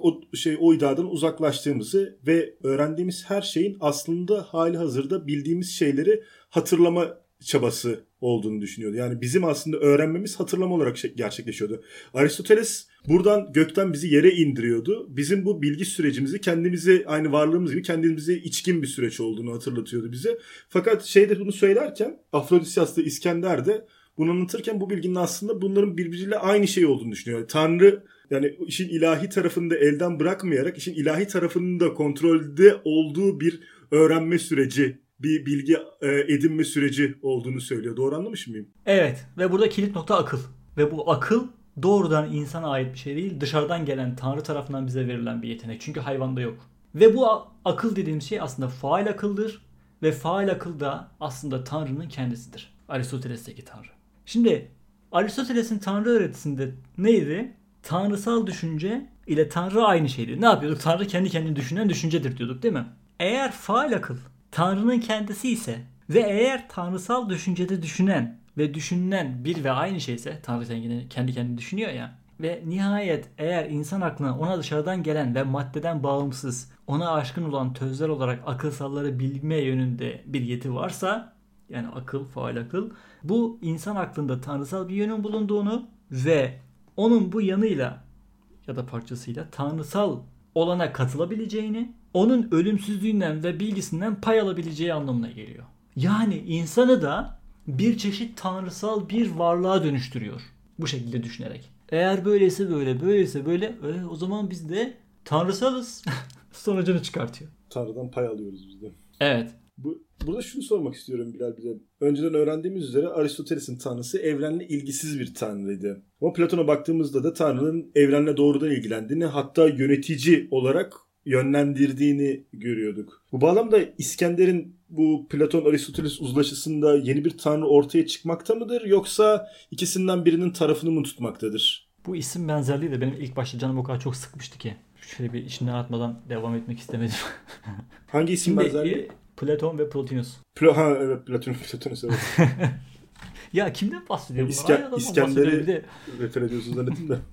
o ideadan uzaklaştığımızı ve öğrendiğimiz her şeyin aslında hali hazırda bildiğimiz şeyleri hatırlama çabası olduğunu düşünüyordu. Yani bizim aslında öğrenmemiz hatırlama olarak gerçekleşiyordu. Aristoteles buradan gökten bizi yere indiriyordu. Bizim bu bilgi sürecimizi kendimize, aynı varlığımız gibi kendimize içkin bir süreç olduğunu hatırlatıyordu bize. Fakat bunu söylerken Afrodisyas'ta İskender de bunu anlatırken bu bilginin aslında bunların birbiriyle aynı şey olduğunu düşünüyor. Yani Tanrı, yani işin ilahi tarafını da elden bırakmayarak işin ilahi tarafının da kontrolde olduğu bir öğrenme süreci, bir bilgi edinme süreci olduğunu söylüyor. Doğru anlamış mıyım? Evet, ve burada kilit nokta akıl. Ve bu akıl doğrudan insana ait bir şey değil, dışarıdan gelen Tanrı tarafından bize verilen bir yetenek. Çünkü hayvanda yok. Ve bu akıl dediğimiz şey aslında faal akıldır. Ve faal akıl da aslında Tanrı'nın kendisidir. Aristoteles'teki Tanrı. Şimdi Aristoteles'in Tanrı öğretisinde neydi? Tanrısal düşünce ile Tanrı aynı şeydi. Ne yapıyorduk? Tanrı kendi kendini düşünen düşüncedir diyorduk, değil mi? Eğer faal akıl Tanrı'nın kendisi ise ve eğer tanrısal düşüncede düşünen ve düşünülen bir ve aynı şeyse, Tanrı kendi kendini düşünüyor ya, ve nihayet eğer insan aklına ona dışarıdan gelen ve maddeden bağımsız, ona aşkın olan tözler olarak akılsalları bilme yönünde bir yeti varsa, yani akıl, faal akıl, bu insan aklında tanrısal bir yönün bulunduğunu ve onun bu yanıyla ya da parçasıyla tanrısal olana katılabileceğini, onun ölümsüzlüğünden ve bilgisinden pay alabileceği anlamına geliyor. Yani insanı da bir çeşit tanrısal bir varlığa dönüştürüyor bu şekilde düşünerek. Eğer böyleyse böyle, böyleyse böyle, o zaman biz de tanrısalız sonucunu çıkartıyor. Tanrı'dan pay alıyoruz biz de. Evet. Burada şunu sormak istiyorum Bilal bize. Önceden öğrendiğimiz üzere Aristoteles'in tanrısı evrenle ilgisiz bir tanrıydı. Ama Platon'a baktığımızda da Tanrı'nın evrenle doğrudan ilgilendiğini, hatta yönetici olarak yönlendirdiğini görüyorduk. Bu bağlamda İskender'in bu Platon-Aristoteles uzlaşısında yeni bir tanrı ortaya çıkmakta mıdır, yoksa ikisinden birinin tarafını mı tutmaktadır? Bu isim benzerliği de benim ilk başta canım o kadar çok sıkmıştı ki. Şöyle bir içinden atmadan devam etmek istemedim. Hangi isim benzerliği? Platon ve Plotinus. Evet, Plotinus evet. Ya kimden bahsediyor bu? İskender'i refer ediyorsun zannettim de.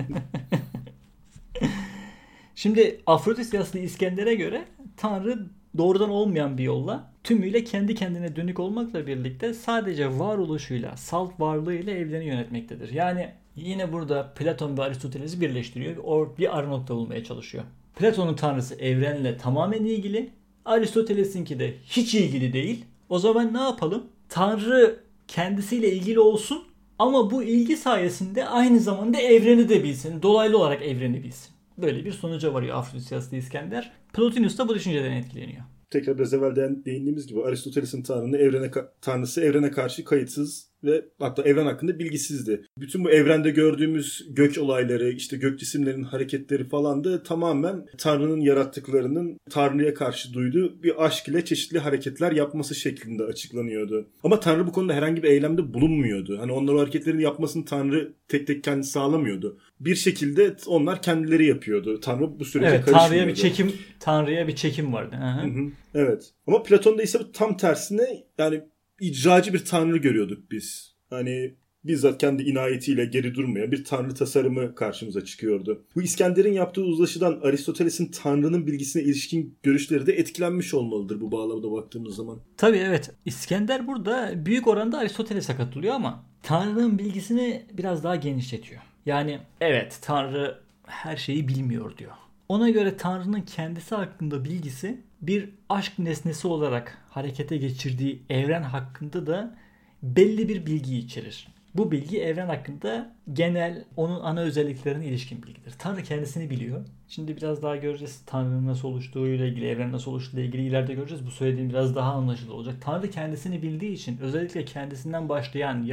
Şimdi Afrodisyaslı İskender'e göre Tanrı doğrudan olmayan bir yolla tümüyle kendi kendine dönük olmakla birlikte sadece varoluşuyla, salt varlığıyla evreni yönetmektedir. Yani yine burada Platon ve Aristoteles'i birleştiriyor. Bir ara nokta bulmaya çalışıyor. Platon'un tanrısı evrenle tamamen ilgili. Aristoteles'inki de hiç ilgili değil. O zaman ne yapalım? Tanrı kendisiyle ilgili olsun ama bu ilgi sayesinde aynı zamanda evreni de bilsin. Dolaylı olarak evreni bilsin. Böyle bir sonuca varıyor Afrodisyaslı İskender. Plotinus da bu düşünceden etkileniyor. Tekrar biraz evvel değindiğimiz gibi Aristoteles'in tanrısı evrene karşı kayıtsız ve hatta evren hakkında bilgisizdi. Bütün bu evrende gördüğümüz gök olayları, işte gök cisimlerinin hareketleri falan da tamamen Tanrı'nın yarattıklarının Tanrı'ya karşı duyduğu bir aşk ile çeşitli hareketler yapması şeklinde açıklanıyordu. Ama Tanrı bu konuda herhangi bir eylemde bulunmuyordu. Hani onlar o hareketlerini yapmasını Tanrı tek tek kendisi sağlamıyordu. Bir şekilde onlar kendileri yapıyordu. Tanrı bu sürece karışmıyordu. Tanrı'ya bir çekim vardı. Hı hı. Evet. Ama Platon'da ise tam tersine yani icracı bir tanrı görüyorduk biz. Hani bizzat kendi inayetiyle geri durmayan bir tanrı tasarımı karşımıza çıkıyordu. Bu İskender'in yaptığı uzlaşıdan Aristoteles'in tanrının bilgisine ilişkin görüşleri de etkilenmiş olmalıdır bu bağlamda baktığımız zaman. Tabii evet. İskender burada büyük oranda Aristoteles'e katılıyor ama Tanrı'nın bilgisini biraz daha genişletiyor. Yani evet Tanrı her şeyi bilmiyor diyor. Ona göre Tanrı'nın kendisi hakkında bilgisi bir aşk nesnesi olarak harekete geçirdiği evren hakkında da belli bir bilgi içerir. Bu bilgi evren hakkında genel, onun ana özelliklerine ilişkin bilgidir. Tanrı kendisini biliyor. Şimdi biraz daha göreceğiz Tanrı'nın nasıl oluştuğuyla ilgili, evren nasıl oluştuğuyla ilgili ileride göreceğiz. Bu söylediğim biraz daha anlaşılır olacak. Tanrı kendisini bildiği için özellikle kendisinden başlayan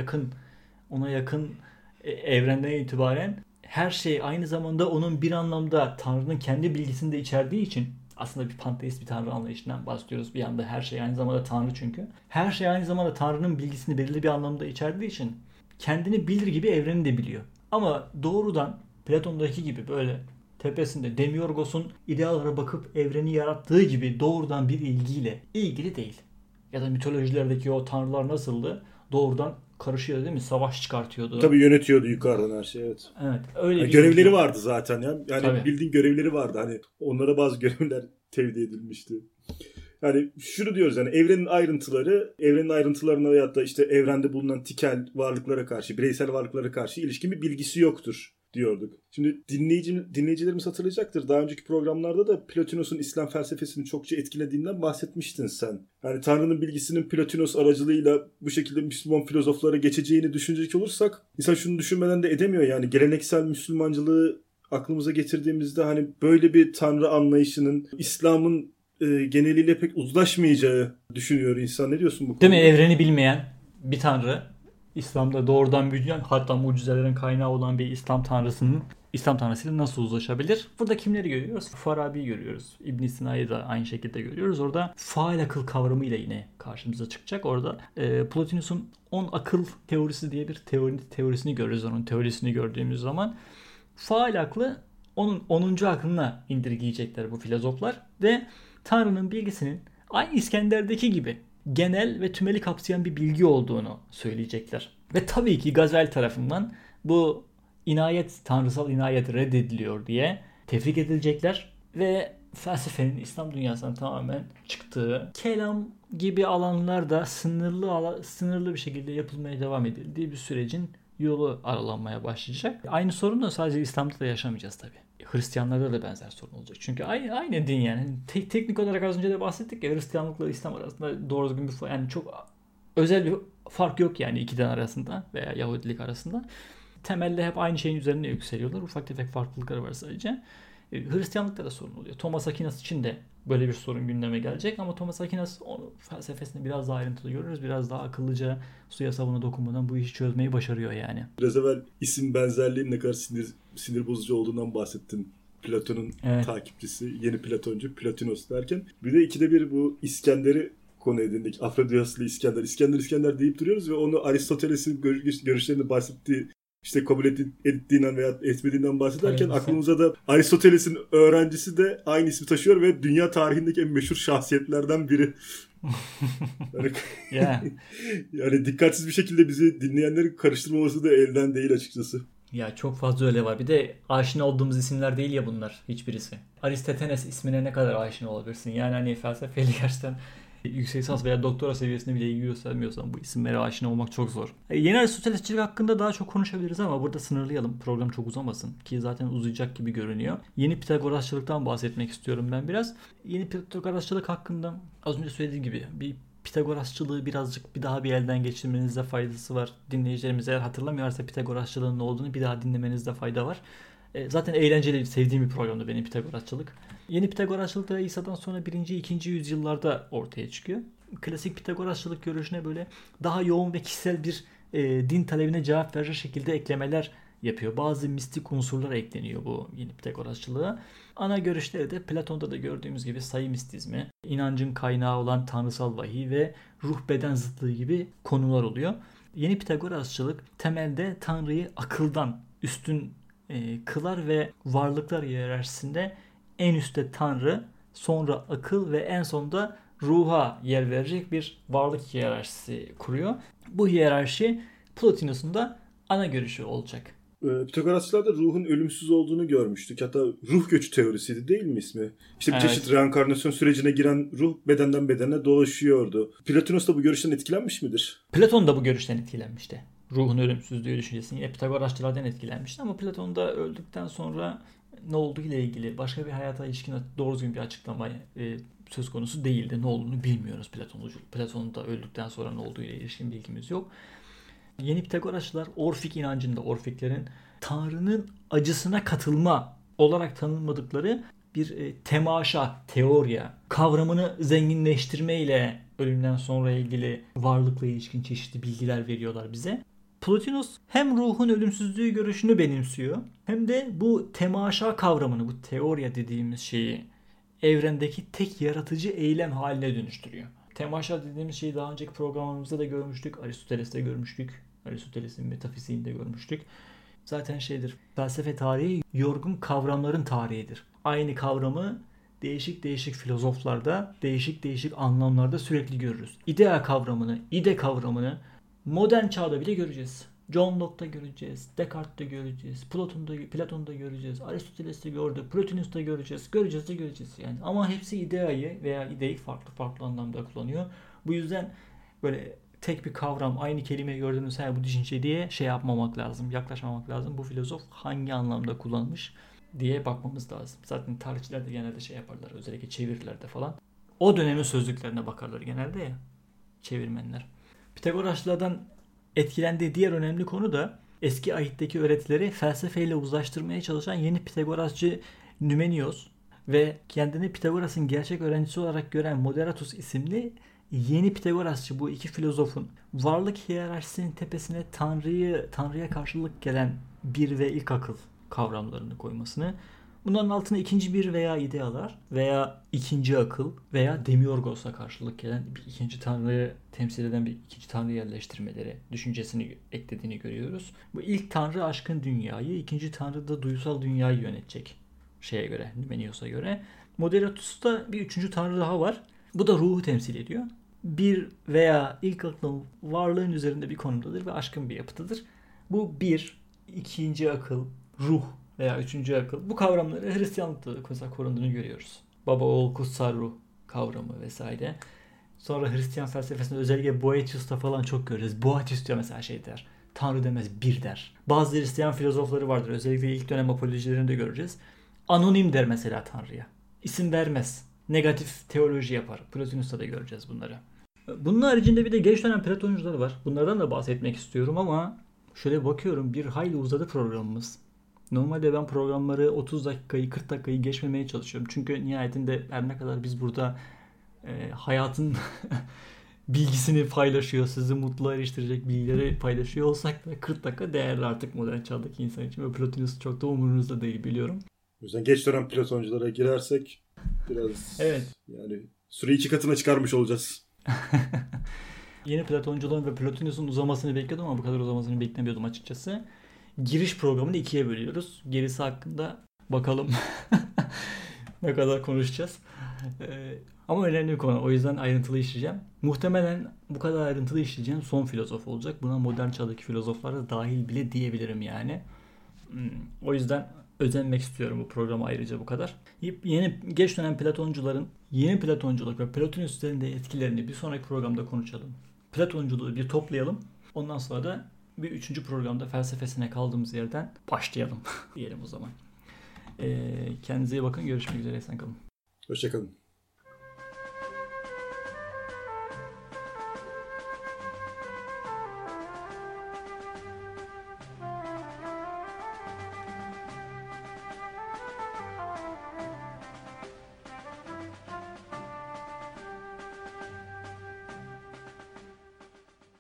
ona yakın evrenden itibaren her şey aynı zamanda onun bir anlamda Tanrı'nın kendi bilgisini de içerdiği için aslında bir panteist bir Tanrı anlayışından bahsediyoruz. Bir anda her şey aynı zamanda Tanrı çünkü. Her şey aynı zamanda Tanrı'nın bilgisini belirli bir anlamda içerdiği için kendini bilir gibi evreni de biliyor. Ama doğrudan Platon'daki gibi böyle tepesinde Demiurgos'un idealara bakıp evreni yarattığı gibi doğrudan bir ilgiyle ilgili değil. Ya da mitolojilerdeki o tanrılar nasıldı? Doğrudan karışıyor değil mi? Savaş çıkartıyordu. Tabii yönetiyordu yukarıdan her şey, evet. Evet. Öyle yani görevleri vardı zaten ya. Yani tabii. Bildiğin görevleri vardı. Hani onlara bazı görevler tevdi edilmişti. Yani şunu diyoruz yani evrenin ayrıntılarına veyahut da işte evrende bulunan tikel varlıklara karşı, bireysel varlıklara karşı ilişkin bir bilgisi yoktur diyorduk. Şimdi dinleyicilerimiz hatırlayacaktır. Daha önceki programlarda da Plotinos'un İslam felsefesini çokça etkilediğinden bahsetmiştin sen. Yani Tanrı'nın bilgisinin Plotinos aracılığıyla bu şekilde Müslüman filozoflara geçeceğini düşünecek olursak insan şunu düşünmeden de edemiyor. Yani geleneksel Müslümancılığı aklımıza getirdiğimizde hani böyle bir Tanrı anlayışının İslam'ın geneliyle pek uzlaşmayacağı düşünüyor insan. Ne diyorsun bu konuda? Değil mi? Evreni bilmeyen bir Tanrı. İslam'da doğrudan büyüyen hatta mucizelerin kaynağı olan bir İslam Tanrısı'yla nasıl uzlaşabilir? Burada kimleri görüyoruz? Farabi'yi görüyoruz. İbn Sina'yı da aynı şekilde görüyoruz. Orada faal akıl kavramıyla yine karşımıza çıkacak. Orada Plotinus'un 10 akıl teorisi diye bir teorisini görürüz. Onun teorisini gördüğümüz zaman faal aklı onun 10. aklına indirgeyecekler bu filozoflar ve Tanrı'nın bilgisinin aynı İskender'deki gibi genel ve tümeli kapsayan bir bilgi olduğunu söyleyecekler. Ve tabii ki Gazel tarafından bu tanrısal inayet reddediliyor diye tefrik edilecekler ve felsefenin İslam dünyasından tamamen çıktığı, kelam gibi alanlarda sınırlı bir şekilde yapılmaya devam edildiği bir sürecin yolu aralanmaya başlayacak. Aynı sorun da sadece İslam'da da yaşamayacağız tabii. Hristiyanlarda da benzer sorun olacak. Çünkü aynı din yani. Teknik olarak az önce de bahsettik ya Hristiyanlıkla İslam arasında doğru düzgün bir yani çok özel bir fark yok yani iki din arasında veya Yahudilik arasında. Temelde hep aynı şeyin üzerine yükseliyorlar. Ufak tefek farklılıkları var sadece. Hristiyanlıkta da sorun oluyor. Thomas Aquinas için de böyle bir sorun gündeme gelecek ama Thomas Aquinas felsefesini biraz daha ayrıntılı görürüz. Biraz daha akıllıca suya sabuna dokunmadan bu işi çözmeyi başarıyor yani. Biraz evvel isim benzerliğinin ne kadar sinir bozucu olduğundan bahsettin. Platon'un takipçisi, yeni Platoncu, Plotinos derken. Bir de ikide bir bu İskender'i konu edindik. Afrodiyos'la İskender deyip duruyoruz ve onu Aristoteles'in görüşlerini bahsettiği işte kabul ettiğinden veya etmediğinden bahsederken aklımıza da Aristoteles'in öğrencisi de aynı ismi taşıyor ve dünya tarihindeki en meşhur şahsiyetlerden biri. Yani dikkatsiz bir şekilde bizi dinleyenlerin karıştırmaması da elden değil açıkçası. Ya çok fazla öyle var. Bir de aşina olduğumuz isimler değil ya bunlar hiçbirisi. Aristoteles ismine ne kadar aşina olabilirsin? Yani hani felsefeyle gerçekten yüksek lisans veya doktora seviyesinde bile ilgi göstermiyorsan bu isimlere aşina olmak çok zor. Yeni Aristotelesçilik hakkında daha çok konuşabiliriz ama burada sınırlayalım. Program çok uzamasın ki zaten uzayacak gibi görünüyor. Yeni Pitagorasçılıktan bahsetmek istiyorum ben biraz. Yeni Pitagorasçılık hakkında az önce söylediğim gibi bir Pitagorasçılığı birazcık bir daha bir elden geçirmenizde faydası var. Dinleyicilerimiz eğer hatırlamıyorsa Pitagorasçılığın ne olduğunu bir daha dinlemenizde fayda var. Zaten eğlenceli, sevdiğim bir programdı benim Pitagorasçılık. Yeni Pitagorasçılık da İsa'dan sonra 1. 2. yüzyıllarda ortaya çıkıyor. Klasik Pitagorasçılık görüşüne böyle daha yoğun ve kişisel bir din talebine cevap verecek şekilde eklemeler yapıyor. Bazı mistik unsurlar ekleniyor bu yeni Pitagorasçılığa. Ana görüşleri de Platon'da da gördüğümüz gibi sayı mistizmi, inancın kaynağı olan tanrısal vahiy ve ruh beden zıtlığı gibi konular oluyor. Yeni Pitagorasçılık temelde Tanrı'yı akıldan üstün kılar ve varlıklar hiyerarşisinde en üstte Tanrı, sonra akıl ve en sonda ruha yer verecek bir varlık hiyerarşisi kuruyor. Bu hiyerarşi Plotinus'un da ana görüşü olacak. Pitagorasçılarda ruhun ölümsüz olduğunu görmüştük. Hatta ruh göçü teorisiydi değil mi ismi? İşte bir Evet. çeşit reenkarnasyon sürecine giren ruh bedenden bedene dolaşıyordu. Plotinus da bu görüşten etkilenmiş midir? Platon da bu görüşten etkilenmişti. Ruhun ölümsüzlüğü düşüncesini yine Pitagorasçılardan etkilenmişti ama Platon da öldükten sonra ne olduğu ile ilgili başka bir hayata ilişkin doğru düzgün bir açıklama söz konusu değildi. Ne olduğunu bilmiyoruz Platon'un da öldükten sonra ne olduğu ile ilişkin bilgimiz yok. Yeni Pitagorasçılar Orfik inancında, Orfiklerin Tanrı'nın acısına katılma olarak tanımladıkları bir temaşa, teorya kavramını zenginleştirmeyle ölümden sonra ilgili varlıkla ilişkin çeşitli bilgiler veriyorlar bize. Plotinus hem ruhun ölümsüzlüğü görüşünü benimsiyor hem de bu temaşa kavramını, bu teorya dediğimiz şeyi evrendeki tek yaratıcı eylem haline dönüştürüyor. Temaşa dediğimiz şeyi daha önceki programlarımızda da görmüştük. Aristoteles'te görmüştük. Aristoteles'in metafiziğinde görmüştük. Zaten felsefe tarihi yorgun kavramların tarihidir. Aynı kavramı değişik değişik filozoflarda, değişik değişik anlamlarda sürekli görürüz. İde kavramını modern çağda bile göreceğiz. John Locke'da göreceğiz, Descartes'te göreceğiz, Platon'da göreceğiz, Aristoteles'te gördük, Plotinus'ta göreceğiz, göreceğiz yani. Ama hepsi ideayı veya ideyi farklı farklı anlamda kullanıyor. Bu yüzden böyle tek bir kavram, aynı kelimeyi gördüğünüz bu düşünce diye yapmamak lazım, yaklaşmamak lazım. Bu filozof hangi anlamda kullanmış diye bakmamız lazım. Zaten tarihçiler de genelde yaparlar, özellikle çevirilerde falan. O dönemin sözlüklerine bakarlar genelde ya, çevirmenler. Pitagorasçılardan etkilendiği diğer önemli konu da eski ahitteki öğretileri felsefeyle uzlaştırmaya çalışan yeni Pitagorasçı Numenios ve kendini Pitagoras'ın gerçek öğrencisi olarak gören Moderatus isimli yeni Pitagorasçı bu iki filozofun varlık hiyerarşisinin tepesine Tanrı'ya karşılık gelen bir ve ilk akıl kavramlarını koymasını, bunların altına ikinci bir veya idealar veya ikinci akıl veya demiurgos'a karşılık gelen bir ikinci tanrıyı temsil eden bir ikinci tanrı yerleştirmeleri düşüncesini eklediğini görüyoruz. Bu ilk tanrı aşkın dünyayı, ikinci tanrı da duysal dünyayı yönetecek Numenios'a göre. Moderatus'ta bir üçüncü tanrı daha var. Bu da ruhu temsil ediyor. Bir veya ilk aklın varlığın üzerinde bir konumdadır ve aşkın bir yapıtıdır. Bu bir, ikinci akıl, ruh veya üçüncü akıl, bu kavramları Hristiyanlıkta da korunduğunu görüyoruz. Baba, oğul, kutsal ruh kavramı vesaire. Sonra Hristiyan felsefesinde özellikle Boethius'ta falan çok göreceğiz. Boethius diyor mesela der. Tanrı demez, bir der. Bazı Hristiyan filozofları vardır. Özellikle ilk dönem apolojilerinde göreceğiz. Anonim der mesela Tanrı'ya. İsim vermez. Negatif teoloji yapar. Plotinus'ta da göreceğiz bunları. Bunun haricinde bir de geç dönem Platoncular var. Bunlardan da bahsetmek istiyorum ama şöyle bakıyorum, bir hayli uzadı programımız. Normalde ben programları 30 dakikayı 40 dakikayı geçmemeye çalışıyorum. Çünkü nihayetinde her ne kadar biz burada hayatın bilgisini paylaşıyor, sizi mutluğa eriştirecek bilgileri paylaşıyor olsak da 40 dakika değerli artık modern çağdaki insan için. Ve Plotinus çok da umurunuzda değil, biliyorum. O yüzden geç dönem Platonculara girersek biraz yani süreyi 2 katına çıkarmış olacağız. Yeni Platonculuğun ve Plotinus'un uzamasını bekliyordum ama bu kadar uzamasını beklemiyordum açıkçası. Giriş programını 2'ye bölüyoruz. Gerisi hakkında bakalım ne kadar konuşacağız. Ama önemli bir konu. O yüzden ayrıntılı işleyeceğim. Muhtemelen bu kadar ayrıntılı işleyeceğim son filozof olacak. Buna modern çağdaki filozoflar da dahil bile diyebilirim yani. O yüzden özenmek istiyorum bu programa ayrıca bu kadar. Yeni geç dönem Platoncuların yeni Platonculuk ve Plotinus üzerinde etkilerini bir sonraki programda konuşalım. Platonculuğu bir toplayalım. Ondan sonra da bir 3. programda felsefesine kaldığımız yerden başlayalım diyelim o zaman. Kendinize iyi bakın. Görüşmek üzere. Esen kalın. Hoşça kalın.